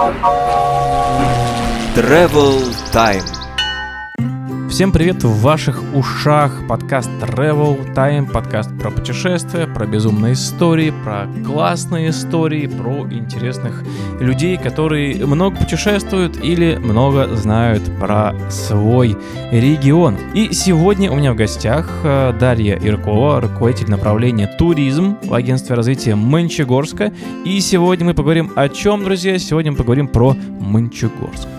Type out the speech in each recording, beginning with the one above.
Travel Time. Всем привет, в ваших ушах подкаст Travel Time, подкаст про путешествия, про безумные истории, про классные истории, про интересных людей, которые много путешествуют или много знают про свой регион. И сегодня у меня в гостях Дарья Иркова, руководитель направления туризм в агентстве развития Мончегорска. И сегодня мы поговорим о чем, друзья? Сегодня мы поговорим про Мончегорск.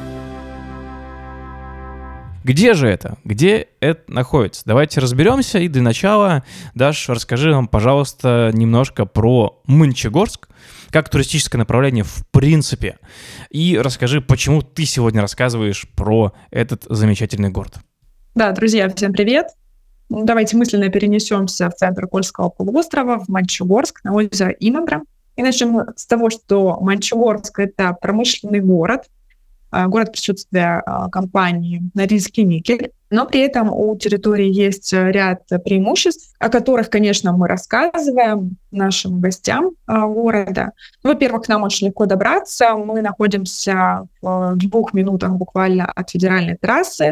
Где же это? Где это находится? Давайте разберемся. И для начала, Даш, расскажи нам, пожалуйста, немножко про Мончегорск, как туристическое направление в принципе. И расскажи, почему ты сегодня рассказываешь про этот замечательный город. Да, друзья, всем привет. Давайте мысленно перенесемся в центр Кольского полуострова, в Мончегорск, на озеро Имандра. И начнем с того, что Мончегорск — это промышленный город присутствия компании «Норильский никель». Но при этом у территории есть ряд преимуществ, о которых, конечно, мы рассказываем нашим гостям города. Во-первых, к нам очень легко добраться. Мы находимся в 2 минутах буквально от федеральной трассы.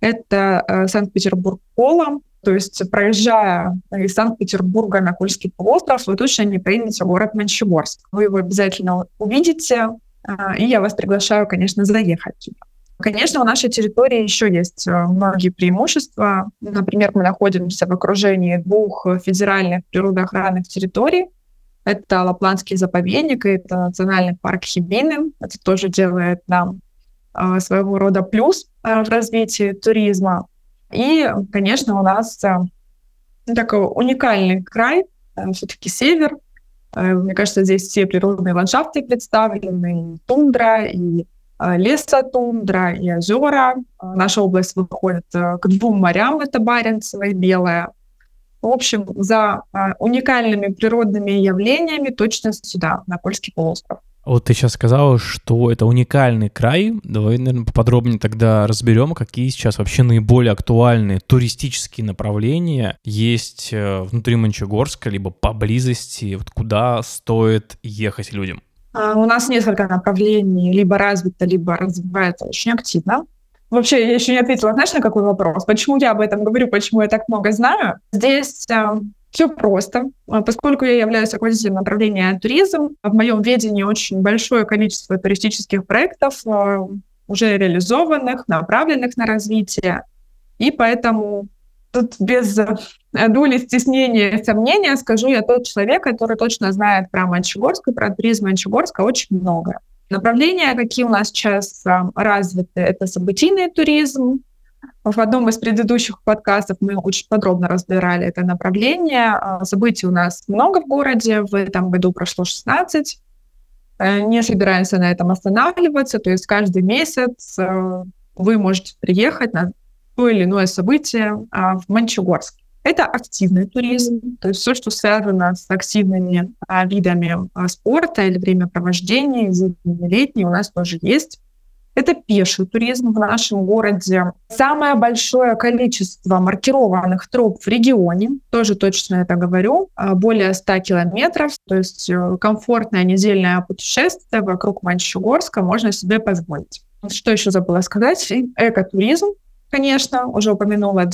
Это Санкт-Петербург-Кола. То есть, проезжая из Санкт-Петербурга на Кольский полуостров, вы точно не проедете город Мончегорск. Вы его обязательно увидите, и я вас приглашаю, конечно, заехать туда. Конечно, у нашей территории еще есть многие преимущества. Например, мы находимся в окружении 2 федеральных природоохранных территорий. Это Лапландский заповедник и это национальный парк Хибины. Это тоже делает нам своего рода плюс в развитии туризма. И, конечно, у нас такой уникальный край, все-таки север. Мне кажется, здесь все природные ландшафты представлены, и тундра, и лесотундра, и озера. Наша область выходит к 2 морям, это Баренцево и Белое. В общем, за уникальными природными явлениями точно сюда, на Кольский полуостров. Вот ты сейчас сказала, что это уникальный край. Давай, наверное, поподробнее тогда разберем, какие сейчас вообще наиболее актуальные туристические направления есть внутри Мончегорска, либо поблизости, вот куда стоит ехать людям. У нас несколько направлений, либо развито, либо развивается очень активно. Вообще, я еще не ответила, знаешь, на какой вопрос? Почему я об этом говорю, почему я так много знаю? Здесь все просто. Поскольку я являюсь руководителем направления туризм, в моем ведении очень большое количество туристических проектов, уже реализованных, направленных на развитие. И поэтому тут без доли стеснения и сомнения скажу, я тот человек, который точно знает про Мончегорск и про туризм Мончегорска очень много. Направления, какие у нас сейчас развиты, это событийный туризм. В одном из предыдущих подкастов мы очень подробно разбирали это направление. Событий у нас много в городе. В этом году прошло 16. Не собираемся на этом останавливаться. То есть каждый месяц вы можете приехать на то или иное событие в Мончегорск. Это активный туризм, то есть все, что связано с активными видами спорта или времяпровождения, зимний, летний, у нас тоже есть. Это пеший туризм в нашем городе. Самое большое количество маркированных троп в регионе, тоже точно это говорю, более 100 километров. То есть комфортное недельное путешествие вокруг Мончегорска можно себе позволить. Что еще забыла сказать? Экотуризм, конечно, уже упомянула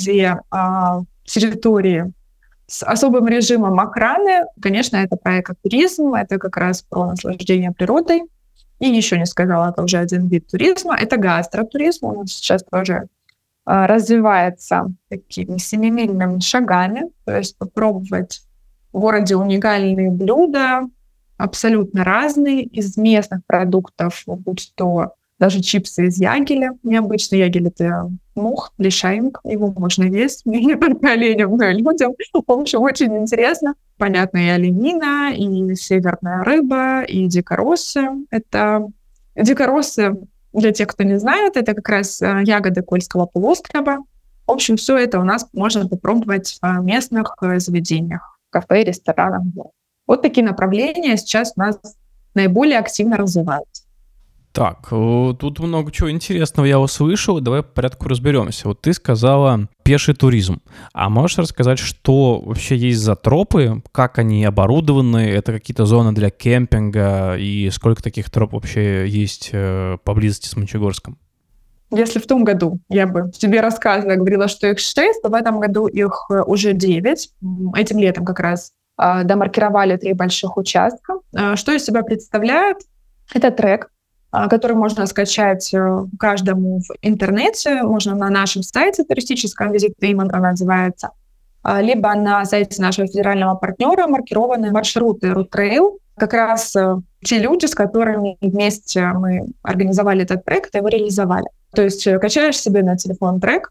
2 территории с особым режимом охраны. Конечно, это про экотуризм, это как раз про наслаждение природой. И еще не сказала, это уже один вид туризма, это гастротуризм. Он сейчас тоже развивается такими семимильными шагами, то есть попробовать в городе уникальные блюда, абсолютно разные, из местных продуктов, будь то даже чипсы из ягеля. Необычный ягель — это мох, лишайник, его можно есть, не только оленям, но и людям. В общем, очень интересно. Понятно, и оленина, и северная рыба, и дикоросы. Это дикоросы, для тех, кто не знает, это как раз ягоды Кольского полуострова. В общем, все это у нас можно попробовать в местных заведениях, кафе, ресторанах. Вот такие направления сейчас у нас наиболее активно развиваются. Так, тут много чего интересного я услышал. Давай по порядку разберемся. Вот ты сказала пеший туризм. А можешь рассказать, что вообще есть за тропы, как они оборудованы? Это какие-то зоны для кемпинга? И сколько таких троп вообще есть поблизости с Мончегорском? Если в том году я бы тебе рассказывала, говорила, что их 6, то в этом году их уже 9. Этим летом как раз домаркировали 3 больших участка. Что из себя представляет? Это трек, который можно скачать каждому в интернете, можно на нашем сайте туристическом, Visit Dream называется, либо на сайте нашего федерального партнера маркированы маршруты Route Trail. Как раз те люди, с которыми вместе мы организовали этот проект и его реализовали. То есть качаешь себе на телефон трек,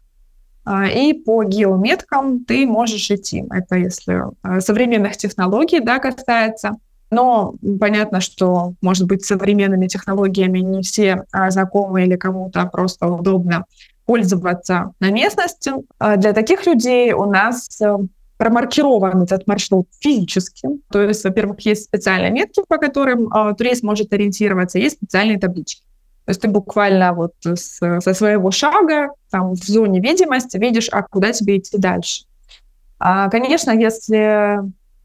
и по геометкам ты можешь идти. Это если современных технологий, да, касается. Но понятно, что, может быть, современными технологиями не все знакомы или кому-то просто удобно пользоваться на местности. Для таких людей у нас промаркирован этот маршрут физически. То есть, во-первых, есть специальные метки, по которым турист может ориентироваться, есть специальные таблички. То есть ты буквально вот со своего шага там, в зоне видимости видишь, куда тебе идти дальше. Конечно, если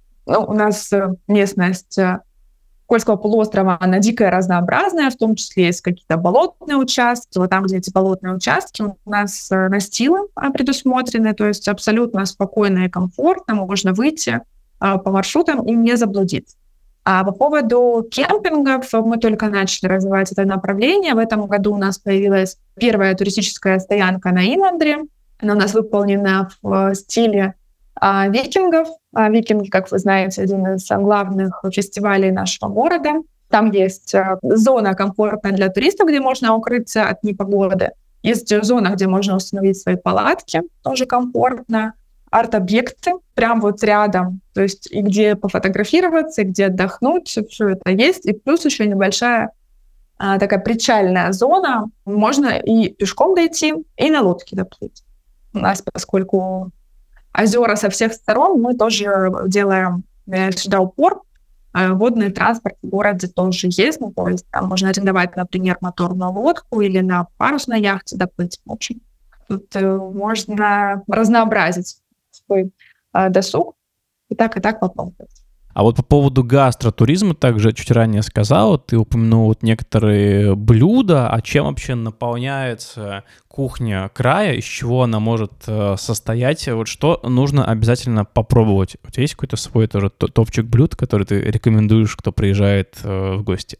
у нас местность Кольского полуострова, она дикая, разнообразная, в том числе есть какие-то болотные участки. Вот там, где эти болотные участки, у нас настилы предусмотрены, то есть абсолютно спокойно и комфортно можно выйти по маршрутам и не заблудиться. А по поводу кемпингов мы только начали развивать это направление. В этом году у нас появилась первая туристическая стоянка на Инандре. Она у нас выполнена в стиле викингов. Викинги, как вы знаете, один из главных фестивалей нашего города. Там есть зона комфортная для туристов, где можно укрыться от непогоды. Есть зона, где можно установить свои палатки, тоже комфортно. Арт-объекты прям вот рядом, то есть и где пофотографироваться, и где отдохнуть, все это есть. И плюс еще небольшая такая причальная зона. Можно и пешком дойти, и на лодке доплыть. У нас, поскольку озера со всех сторон, мы тоже делаем сюда упор. Водный транспорт в городе тоже есть. Ну, то есть там можно арендовать, например, моторную лодку или на парусной яхте доплыть. В общем, тут можно разнообразить свой досуг и так попробовать. А вот по поводу гастротуризма также чуть ранее сказал, ты упомянул вот некоторые блюда, а чем вообще наполняется кухня края, из чего она может состоять, вот что нужно обязательно попробовать? У тебя есть какой-то свой тоже топчик блюд, который ты рекомендуешь, кто приезжает в гости?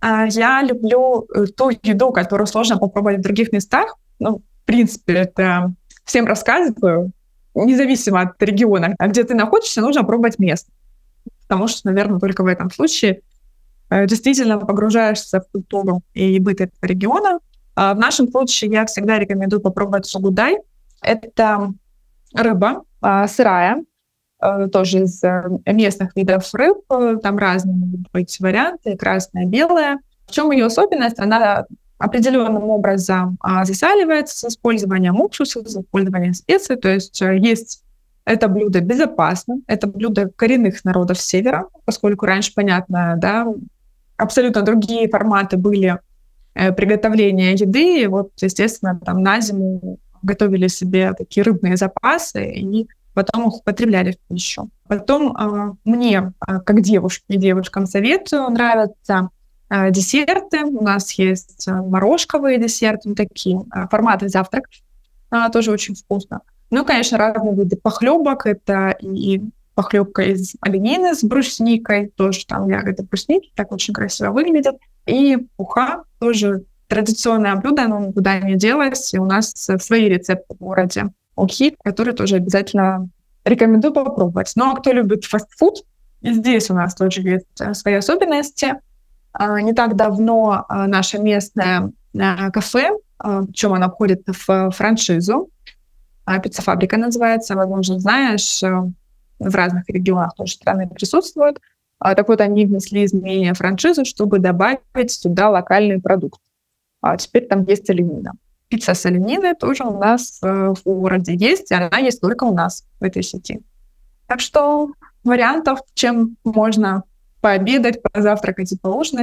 Я люблю ту еду, которую сложно попробовать в других местах. Ну, в принципе, это всем рассказываю, независимо от региона, где ты находишься, нужно пробовать место. Потому что, наверное, только в этом случае действительно погружаешься в культуру и быт этого региона. В нашем случае я всегда рекомендую попробовать сугудай. Это рыба сырая, тоже из местных видов рыб. Там разные могут быть варианты, красная, белая. В чем ее особенность? Она определенным образом засаливается с использованием уксуса, с использованием специй. То есть это блюдо безопасно, это блюдо коренных народов Севера, поскольку раньше, понятно, да, абсолютно другие форматы были приготовления еды. И вот, естественно, там на зиму готовили себе такие рыбные запасы и потом их употребляли в пищу. Потом мне, как девушке и девушкам советую, нравятся десерты. У нас есть морожковые десерты, такие форматы завтрак, тоже очень вкусно. Ну, конечно, разные виды похлебок. Это и похлебка из оленины с брусникой, тоже там ягоды брусники, так очень красиво выглядят. И уха, тоже традиционное блюдо, оно никуда не делось. И у нас свои рецепты в городе ухи, которые тоже обязательно рекомендую попробовать. Ну, а кто любит фастфуд, и здесь у нас тоже есть свои особенности. Не так давно наше местное кафе, причем оно входит в франшизу, «Пицца-фабрика» называется, возможно, знаешь, в разных регионах тоже страны присутствует. Так вот, они внесли изменения в франшизу, чтобы добавить сюда локальный продукт. Теперь там есть оленина. Пицца с олениной тоже у нас в городе есть, и она есть только у нас в этой сети. Так что вариантов, чем можно пообедать, позавтракать и поужинать,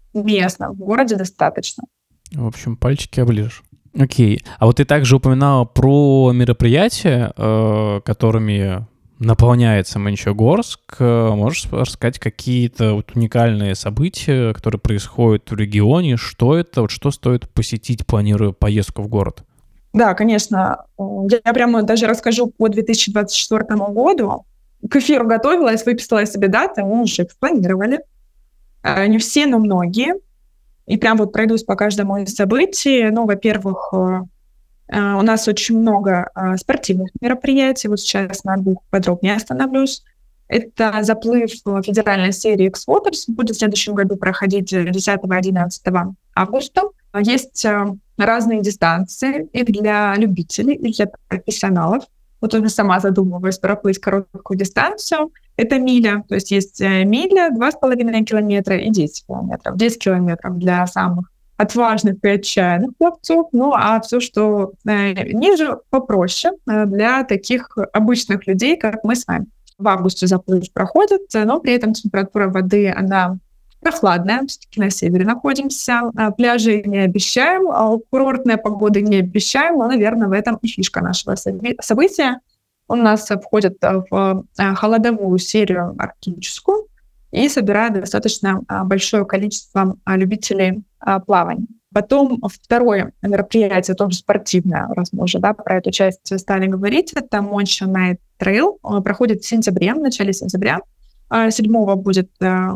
места в городе достаточно. В общем, пальчики оближешь. Окей. А вот ты также упоминала про мероприятия, которыми наполняется Мончегорск. Можешь рассказать какие-то вот уникальные события, которые происходят в регионе? Что это? Вот что стоит посетить, планируя поездку в город? Да, конечно. Я прямо даже расскажу по 2024 году. К эфиру готовилась, выписала себе даты, мы уже их спланировали. Не все, но многие. И прям вот пройдусь по каждому из событий. Ну, во-первых, у нас очень много спортивных мероприятий. Вот сейчас на двух подробнее остановлюсь. Это заплыв федеральной серии X-Waters. Будет в следующем году проходить 10-11 августа. Есть разные дистанции и для любителей, и для профессионалов. Вот уже сама задумываюсь проплыть короткую дистанцию. Это миля, то есть миля, 2,5 километра и 10 километров. 10 километров для самых отважных и отчаянных пловцов, ну а все, что ниже, попроще для таких обычных людей, как мы с вами. В августе заплыв проходит, но при этом температура воды, она прохладная, все-таки на севере находимся. Пляжи не обещаем, курортная погода не обещаем, но, наверное, в этом и фишка нашего события. Он у нас входит в холодовую серию арктическую и собирает достаточно большое количество любителей плавания. Потом второе мероприятие, тоже спортивное, раз мы уже про эту часть стали говорить, это Moncho Night Trail. Он проходит в сентябре, в начале сентября. 7 будет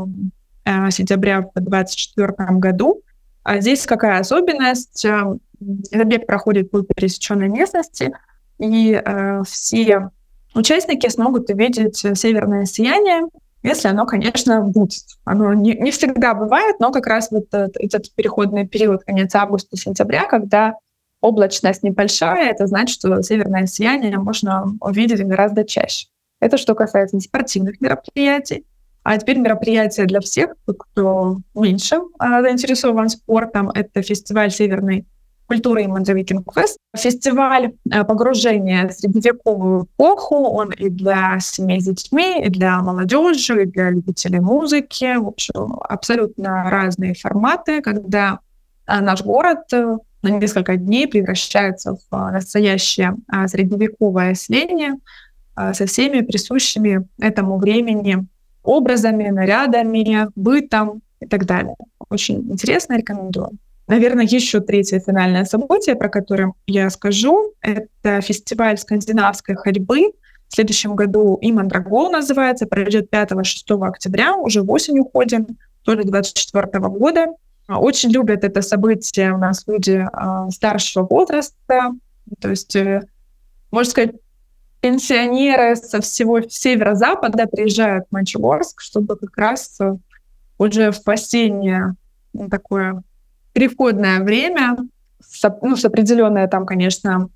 сентября в 2024 году. Здесь какая особенность? Забег проходит по пересеченной местности, и все участники смогут увидеть северное сияние, если оно, конечно, будет. Оно не всегда бывает, но как раз вот этот переходный период, конец августа-сентября, когда облачность небольшая, это значит, что северное сияние можно увидеть гораздо чаще. Это что касается спортивных мероприятий. А теперь мероприятие для всех, кто меньше заинтересован спортом. Это фестиваль северной культуры Иманджа Викинг Фест. Фестиваль погружения в средневековую эпоху. Он и для семей с детьми, и для молодежи, и для любителей музыки. В общем, абсолютно разные форматы, когда наш город на несколько дней превращается в настоящее средневековое селение со всеми присущими этому времени образами, нарядами, бытом и так далее. Очень интересно, рекомендую. Наверное, еще третье финальное событие, про которое я скажу, это фестиваль скандинавской ходьбы. В следующем году Имандрагол называется, пройдет 5-6 октября, уже в осень уходим, тоже 2024 года. Очень любят это событие у нас люди старшего возраста, то есть, можно сказать, пенсионеры со всего северо-запада приезжают в Мончегорск, чтобы как раз уже в осеннее такое переходное время, с определенная там, конечно,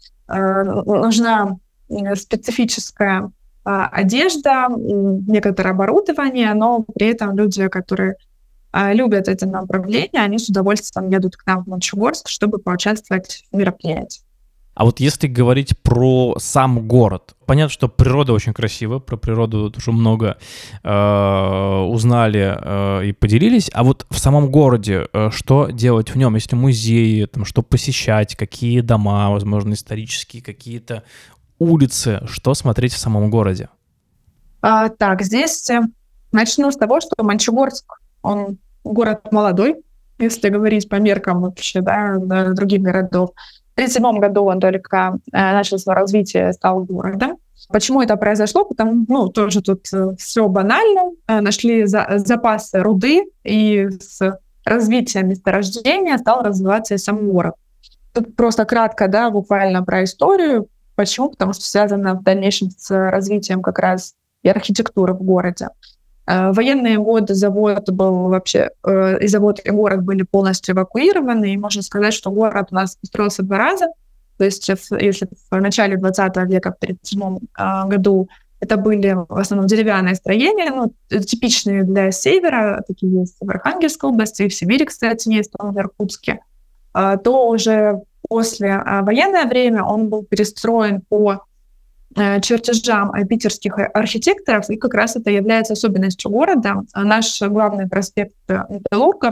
нужна специфическая одежда, некоторое оборудование, но при этом люди, которые любят это направление, они с удовольствием едут к нам в Мончегорск, чтобы поучаствовать в мероприятии. А вот если говорить про сам город, понятно, что природа очень красивая, про природу уже много узнали и поделились, а вот в самом городе что делать в нем, если музеи, там, что посещать, какие дома, возможно, исторические, какие-то улицы, что смотреть в самом городе? Так, здесь начну с того, что Мончегорск, он город молодой, если говорить по меркам вообще, других городов. В 1937 году он только начал свое развитие, стал городом. Почему это произошло? Потому, тоже тут все банально. Нашли запасы руды, и с развитием месторождения стал развиваться и сам город. Тут просто кратко, буквально про историю. Почему? Потому что связано в дальнейшем с развитием как раз и архитектуры в городе. В военные годы завод был вообще, и завод, и город были полностью эвакуированы, и можно сказать, что город у нас построился 2 раза. То есть если в начале 20 века, в 1937 году, это были в основном деревянные строения, типичные для севера, такие есть в Архангельской области, и в Сибири, кстати, есть, в Иркутске, то уже после военное время он был перестроен по чертежам питерских архитекторов, и как раз это является особенностью города. Наш главный проспект Металлургов,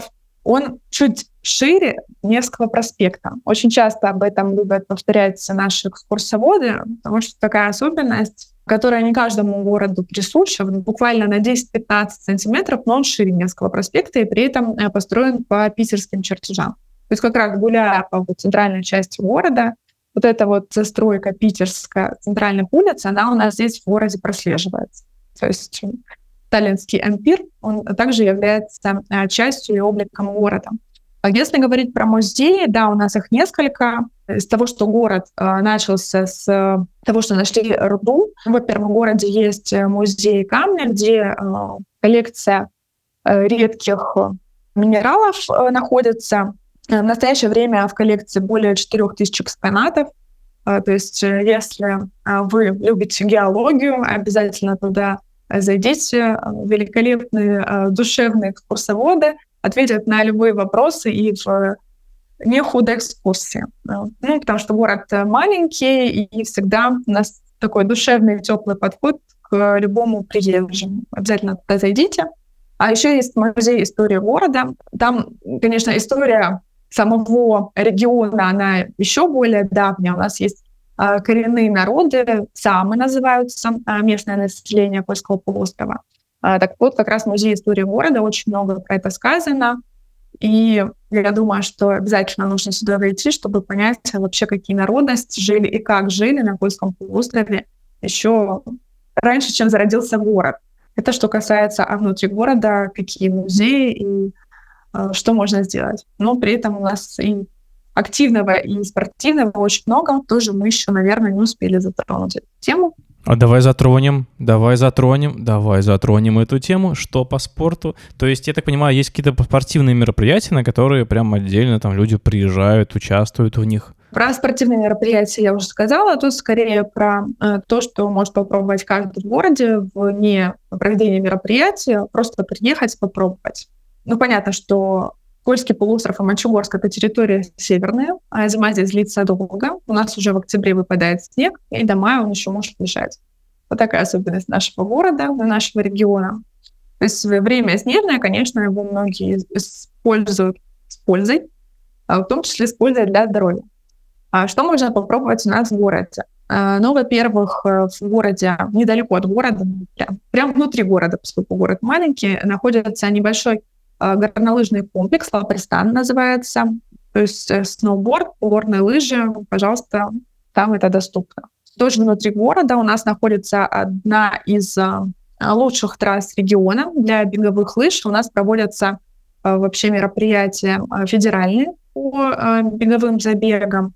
он чуть шире Невского проспекта. Очень часто об этом любят повторять наши экскурсоводы, потому что такая особенность, которая не каждому городу присуща, буквально на 10-15 сантиметров, но он шире Невского проспекта и при этом построен по питерским чертежам. То есть как раз гуляя по центральной части города, вот эта вот застройка питерская центральных улиц, она у нас здесь в городе прослеживается. То есть Сталинский ампир, он также является частью и обликом города. Если говорить про музеи, да, у нас их несколько. Из того, что город начался с того, что нашли руду. Во-первых, в городе есть музей камня, где коллекция редких минералов находится. В настоящее время в коллекции более 4000 экспонатов. То есть если вы любите геологию, обязательно туда зайдите. Великолепные душевные экскурсоводы ответят на любые вопросы и в не худой экскурсии. Потому что город маленький, и всегда у нас такой душевный, теплый подход к любому приезжему. Обязательно туда зайдите. А еще есть музей истории города. Там, конечно, история самого региона, она еще более давняя. У нас есть коренные народы, самы называются, местное население Кольского полуострова. Так вот, как раз музей истории города, очень много про это сказано. И я думаю, что обязательно нужно сюда зайти, чтобы понять вообще, какие народности жили и как жили на Кольском полуострове еще раньше, чем зародился город. Это что касается внутри города, какие музеи и что можно сделать. Но при этом у нас и активного, и спортивного очень много. Тоже мы еще, наверное, не успели затронуть эту тему. А давай затронем эту тему. Что по спорту? То есть, я так понимаю, есть какие-то спортивные мероприятия, на которые прям отдельно там люди приезжают, участвуют в них? Про спортивные мероприятия я уже сказала. Тут скорее про то, что может попробовать каждый в городе вне проведения мероприятия, просто приехать, попробовать. Понятно, что Кольский полуостров и Мончегорск — это территория северная, а зима здесь длится долго. У нас уже в октябре выпадает снег, и до мая он еще может лежать. Вот такая особенность нашего города, нашего региона. То есть время снежное, конечно, его многие используют с пользой, в том числе с пользой для здоровья. А что можно попробовать у нас в городе? Во-первых, в городе, недалеко от города, прям внутри города, поскольку город маленький, находится небольшой горнолыжный комплекс, Лапристан называется, то есть сноуборд, горные лыжи, пожалуйста, там это доступно. Тоже внутри города у нас находится одна из лучших трасс региона для беговых лыж. У нас проводятся вообще мероприятия федеральные по беговым забегам.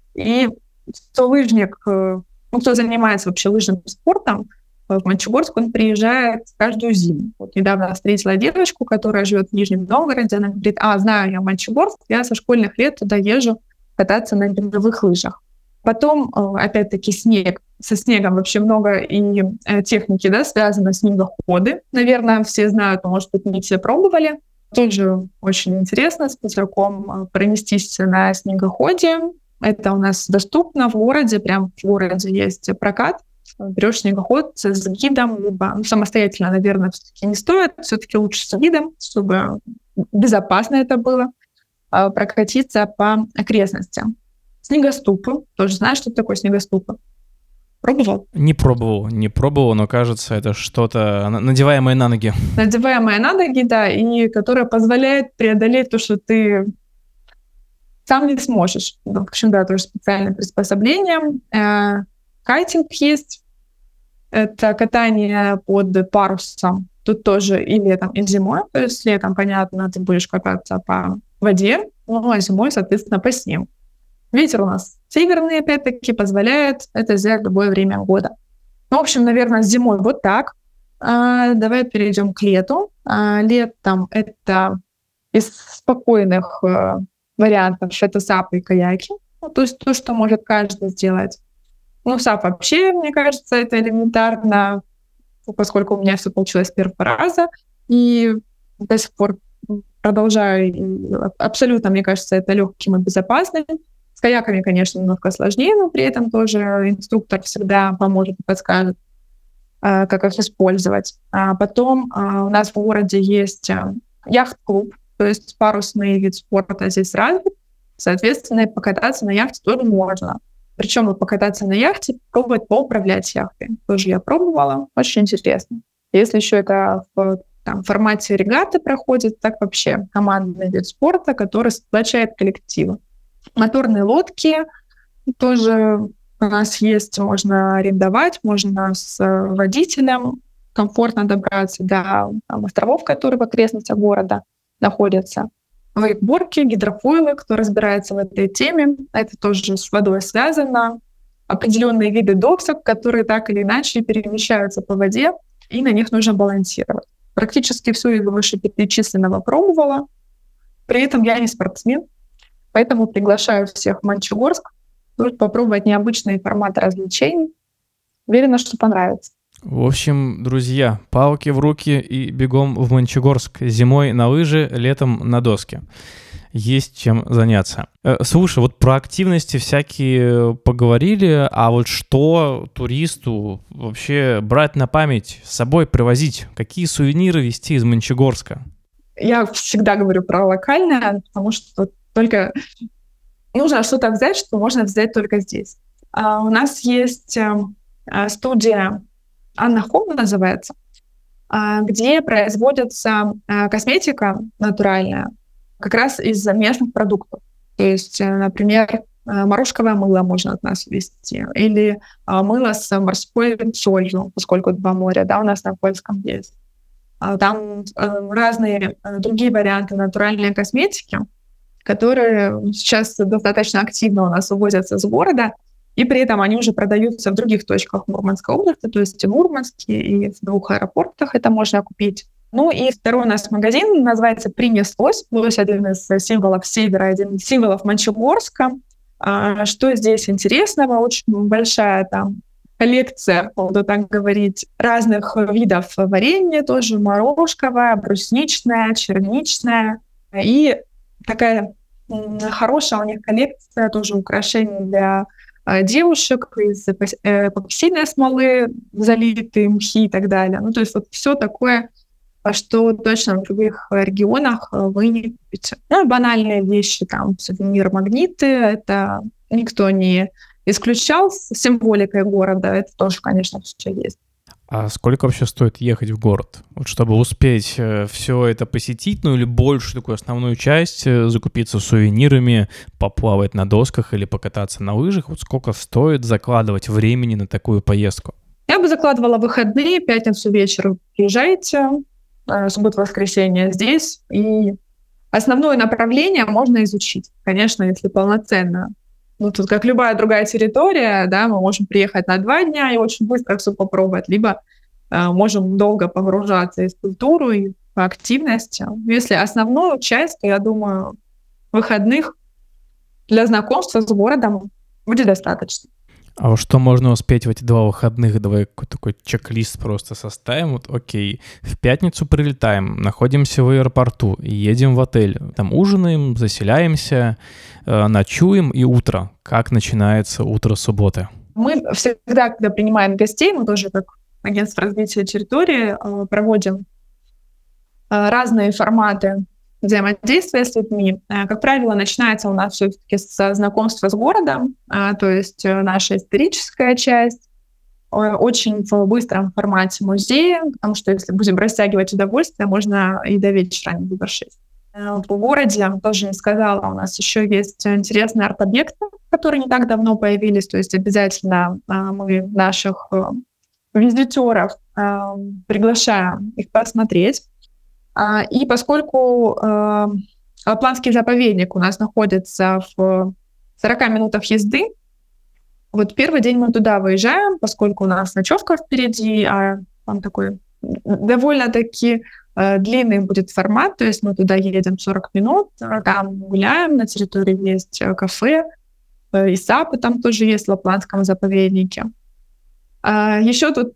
И кто лыжник, кто занимается вообще лыжным спортом, в Мончегорск он приезжает каждую зиму. Вот недавно встретила девочку, которая живет в Нижнем Новгороде. Она говорит: знаю я Мончегорск, я со школьных лет туда езжу кататься на беговых лыжах. Потом, опять-таки, снег. Со снегом вообще много и техники, связано снегоходы. Наверное, все знают, но, может быть, не все пробовали. Тоже очень интересно с пузырьком пронестись на снегоходе. Это у нас доступно в городе, прям в городе есть прокат. Берешь снегоход с гидом, либо самостоятельно, наверное, все-таки не стоит, все-таки лучше с гидом, чтобы безопасно это было, прокатиться по окрестностям. Снегоступы. Тоже знаешь, что такое снегоступы? Пробовал? Не пробовал, но кажется, это что-то надеваемое на ноги. Надеваемое на ноги, да, и которое позволяет преодолеть то, что ты сам не сможешь. В общем, да, тоже специальное приспособление. Кайтинг есть. Это катание под парусом. Тут тоже и летом, и зимой. То есть летом, понятно, ты будешь кататься по воде, а зимой, соответственно, по снегу. Ветер у нас северный, опять-таки, позволяет это сделать в любое время года. В общем, наверное, зимой вот так. Давай перейдем к лету. Летом это из спокойных вариантов это сапы и каяки. То есть то, что может каждый сделать. САП вообще, мне кажется, это элементарно, поскольку у меня все получилось с первого раза, и до сих пор продолжаю. И абсолютно, мне кажется, это легким и безопасным. С каяками, конечно, немножко сложнее, но при этом тоже инструктор всегда поможет и подскажет, как их использовать. Потом у нас в городе есть яхт-клуб, то есть парусный вид спорта здесь развит, соответственно, и покататься на яхте тоже можно. Причем и покататься на яхте, пробовать поуправлять яхтой. Тоже я пробовала, очень интересно. Если еще это в формате регаты проходит, так вообще командный вид спорта, который сплочает коллективы. Моторные лодки тоже у нас есть, можно арендовать, можно с водителем комфортно добраться до островов, которые в окрестностях города находятся. Вейкборки, гидрофойлы, кто разбирается в этой теме, это тоже с водой связано. Определенные виды досок, которые так или иначе перемещаются по воде, и на них нужно балансировать. Практически все из вышеперечисленного пробовала. При этом я не спортсмен, поэтому приглашаю всех в Мончегорск попробовать необычные форматы развлечений. Уверена, что понравится. В общем, друзья, палки в руки и бегом в Мончегорск. Зимой на лыжи, летом на доски. Есть чем заняться. Слушай, вот про активности всякие поговорили, а вот что туристу вообще брать на память, с собой привозить? Какие сувениры везти из Мончегорска? Я всегда говорю про локальное, потому что только нужно что-то взять, что можно взять только здесь. У нас есть студия Анна Хом называется, где производится косметика натуральная как раз из местных продуктов. То есть, например, морожковое мыло можно от нас везти, или мыло с морской солью, поскольку два моря, да, у нас на польском есть. Там разные другие варианты натуральной косметики, которые сейчас достаточно активно у нас увозятся с города, и при этом они уже продаются в других точках Мурманской области, то есть и в Мурманске, и в 2 аэропортах это можно купить. Ну и второй у нас магазин называется «Принеслось». Лось — один из символов севера, один из символов Мончегорска. Что здесь интересного? Очень большая там коллекция, буду так говорить, разных видов варенья, тоже морожковое, брусничное, черничное. И такая хорошая у них коллекция тоже украшений для девушек из эпоксидной смолы, залитые мхи и так далее. Ну, то есть вот все такое, что точно в других регионах вы не купите. Ну, и банальные вещи, там, сувенир-магниты, это никто не исключал с символикой города, это тоже, конечно, все есть. А сколько вообще стоит ехать в город? Вот чтобы успеть все это посетить, ну или большую такую основную часть, закупиться сувенирами, поплавать на досках или покататься на лыжах, вот сколько стоит закладывать времени на такую поездку? Я бы закладывала выходные, пятницу вечером приезжайте, суббота-воскресенье здесь, и основное направление можно изучить, конечно, если полноценно. Ну, тут, как любая другая территория, да, мы можем приехать на 2 дня и очень быстро все попробовать, либо можем долго погружаться и в культуру, и по активности. Если основную часть, то, я думаю, выходных для знакомства с городом будет достаточно. А вот что можно успеть в эти 2 выходных? Давай какой-то такой чек-лист просто составим. Вот окей, в пятницу прилетаем, находимся в аэропорту, едем в отель, там ужинаем, заселяемся, ночуем, и утро. Как начинается утро субботы? Мы всегда, когда принимаем гостей, мы тоже как агентство развития территории проводим разные форматы взаимодействия с людьми. Как правило, начинается у нас все-таки со знакомства с городом, то есть наша историческая часть, очень в быстром формате музея, потому что если будем растягивать удовольствие, можно и до вечера не завершить. В городе, тоже не сказала, у нас еще есть интересные арт-объекты, которые не так давно появились, то есть обязательно мы наших визитеров приглашаем их посмотреть. И поскольку Лапландский заповедник у нас находится в 40 минутах езды, вот первый день мы туда выезжаем, поскольку у нас ночевка впереди, а там такой довольно-таки длинный будет формат, то есть мы туда едем 40 минут, там гуляем, на территории есть кафе, и сапы там тоже есть в Лапландском заповеднике. Еще тут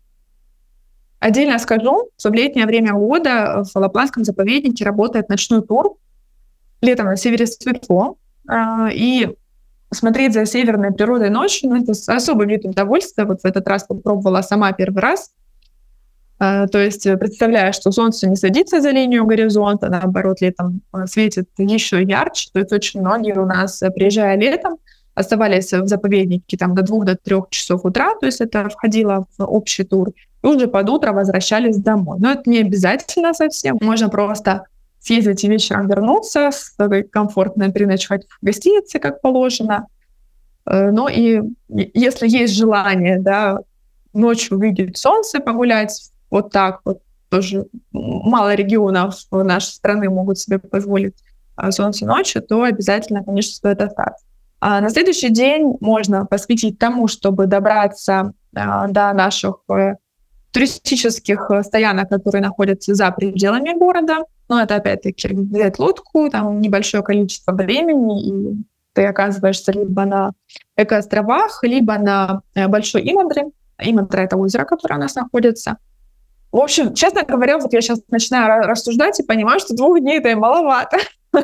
отдельно скажу, что в летнее время года в Лапландском заповеднике работает ночной тур. Летом на севере светло, и смотреть за северной природой ночью, это особый вид удовольствия. Вот в этот раз попробовала сама первый раз. То есть представляешь, что солнце не садится за линию горизонта, наоборот, летом светит еще ярче. То есть очень многие у нас, приезжая летом, оставались в заповеднике там, до 2-3 часов утра, то есть это входило в общий тур, и уже под утро возвращались домой. Но это не обязательно совсем. Можно просто съездить и вечером вернуться, комфортно переночевать в гостинице, как положено. Но и если есть желание, да, ночью увидеть солнце, погулять вот так вот, тоже мало регионов нашей страны могут себе позволить солнце ночью, то обязательно, конечно, стоит остаться. А на следующий день можно посвятить тому, чтобы добраться до наших туристических стоянок, которые находятся за пределами города. Но это, опять-таки, взять лодку, там небольшое количество времени, и ты оказываешься либо на Эко-островах, либо на Большой Имодре. Имодра — это озеро, которое у нас находится. В общем, честно говоря, вот я сейчас начинаю рассуждать и понимаю, что 2 дней это и маловато.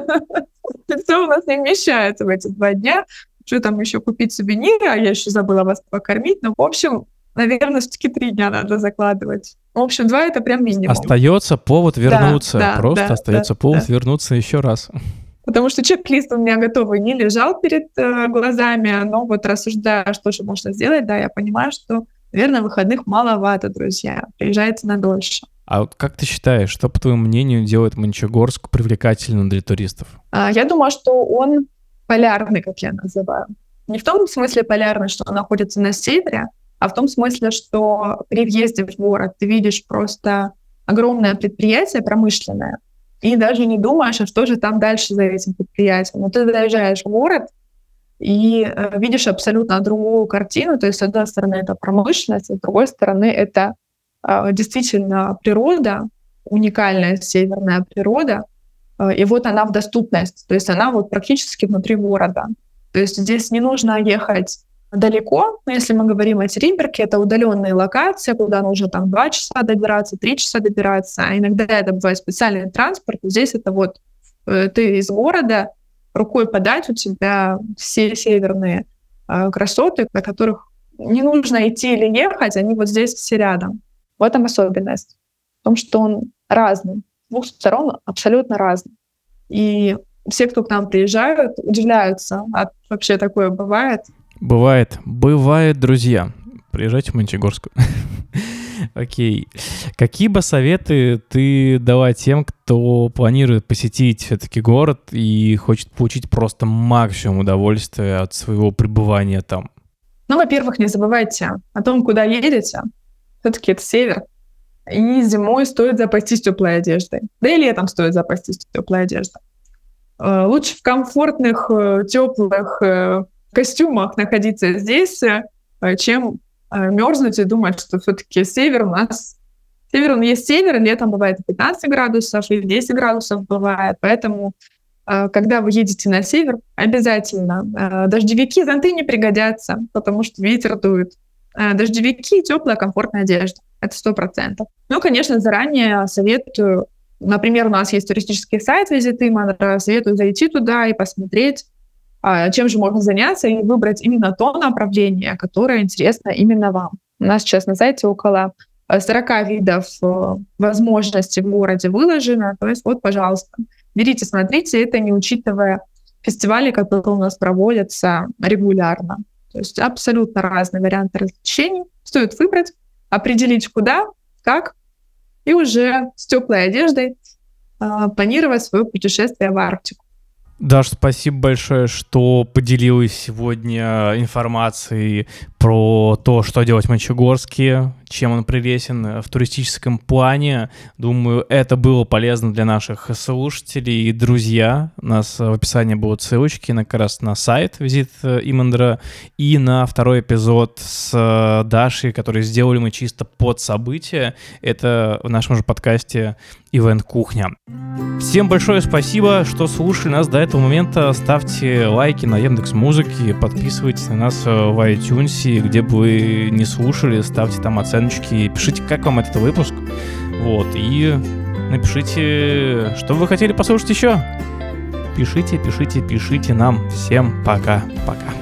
Все у нас не вмещается в эти 2 дня. Что там еще купить сувениры, а я еще забыла вас покормить. Ну, в общем, наверное, все-таки 3 дня надо закладывать. В общем, 2 это прям минимум. Остается повод вернуться. Остается повод вернуться еще раз. Потому что чек-лист у меня готовый не лежал перед глазами, но вот рассуждая, что же можно сделать, да, я понимаю, что, наверное, выходных маловато, друзья. Приезжайте на дольше. А вот как ты считаешь, что, по твоему мнению, делает Мончегорск привлекательным для туристов? Я думаю, что он полярный, как я называю. Не в том смысле полярный, что он находится на севере, а в том смысле, что при въезде в город ты видишь просто огромное предприятие промышленное, и даже не думаешь, а что же там дальше за этим предприятием. Но ты заезжаешь в город и видишь абсолютно другую картину. То есть, с одной стороны, это промышленность, а с другой стороны, это действительно природа, уникальная северная природа, и вот она в доступности, то есть она вот практически внутри города. То есть здесь не нужно ехать далеко, но если мы говорим о Териберке, это удаленные локации, куда нужно там 2 часа добираться, 3 часа добираться, а иногда это бывает специальный транспорт. Здесь это вот ты из города, рукой подать, у тебя все северные красоты, на которых не нужно идти или ехать, они вот здесь все рядом. В этом особенность. В том, что он разный. С 2 сторон абсолютно разный. И все, кто к нам приезжают, удивляются. А вообще такое бывает? Бывает, друзья. Приезжайте в Мончегорск. Окей. Какие бы советы ты дала тем, кто планирует посетить все-таки город и хочет получить просто максимум удовольствия от своего пребывания там? Ну, во-первых, не забывайте о том, куда едете. Все-таки это север. И зимой стоит запастись теплой одеждой. Да и летом стоит запастись теплой одеждой. Лучше в комфортных, теплых костюмах находиться здесь, чем мерзнуть и думать, что все-таки север у нас... Север, он есть север, летом бывает 15 градусов, и 10 градусов бывает. Поэтому, когда вы едете на север, обязательно дождевики, зонты не пригодятся, потому что ветер дует. Дождевики и теплая, комфортная одежда. Это 100%. Ну, конечно, заранее советую. Например, у нас есть туристический сайт Visit Imodra. Советую зайти туда и посмотреть, чем же можно заняться, и выбрать именно то направление, которое интересно именно вам. У нас сейчас на сайте около 40 видов возможностей в городе выложено. То есть вот, пожалуйста, берите, смотрите, это не учитывая фестивали, которые у нас проводятся регулярно. То есть абсолютно разные варианты развлечений. Стоит выбрать, определить куда, как, и уже с теплой одеждой планировать свое путешествие в Арктику. Даш, спасибо большое, что поделилась сегодня информацией про то, что делать в Мончегорске, чем он прелестен в туристическом плане. Думаю, это было полезно для наших слушателей и друзья. У нас в описании будут ссылочки как раз на сайт Visit Imodra и на второй эпизод с Дашей, который сделали мы чисто под событие. Это в нашем же подкасте «Ивент Кухня». Всем большое спасибо, что слушали нас до этого момента. Ставьте лайки на Яндекс.Музыке, подписывайтесь на нас в iTunes, где бы вы не слушали, ставьте там оценочки, пишите, как вам этот выпуск. Вот, и напишите, что вы хотели послушать еще. Пишите нам. Всем пока-пока.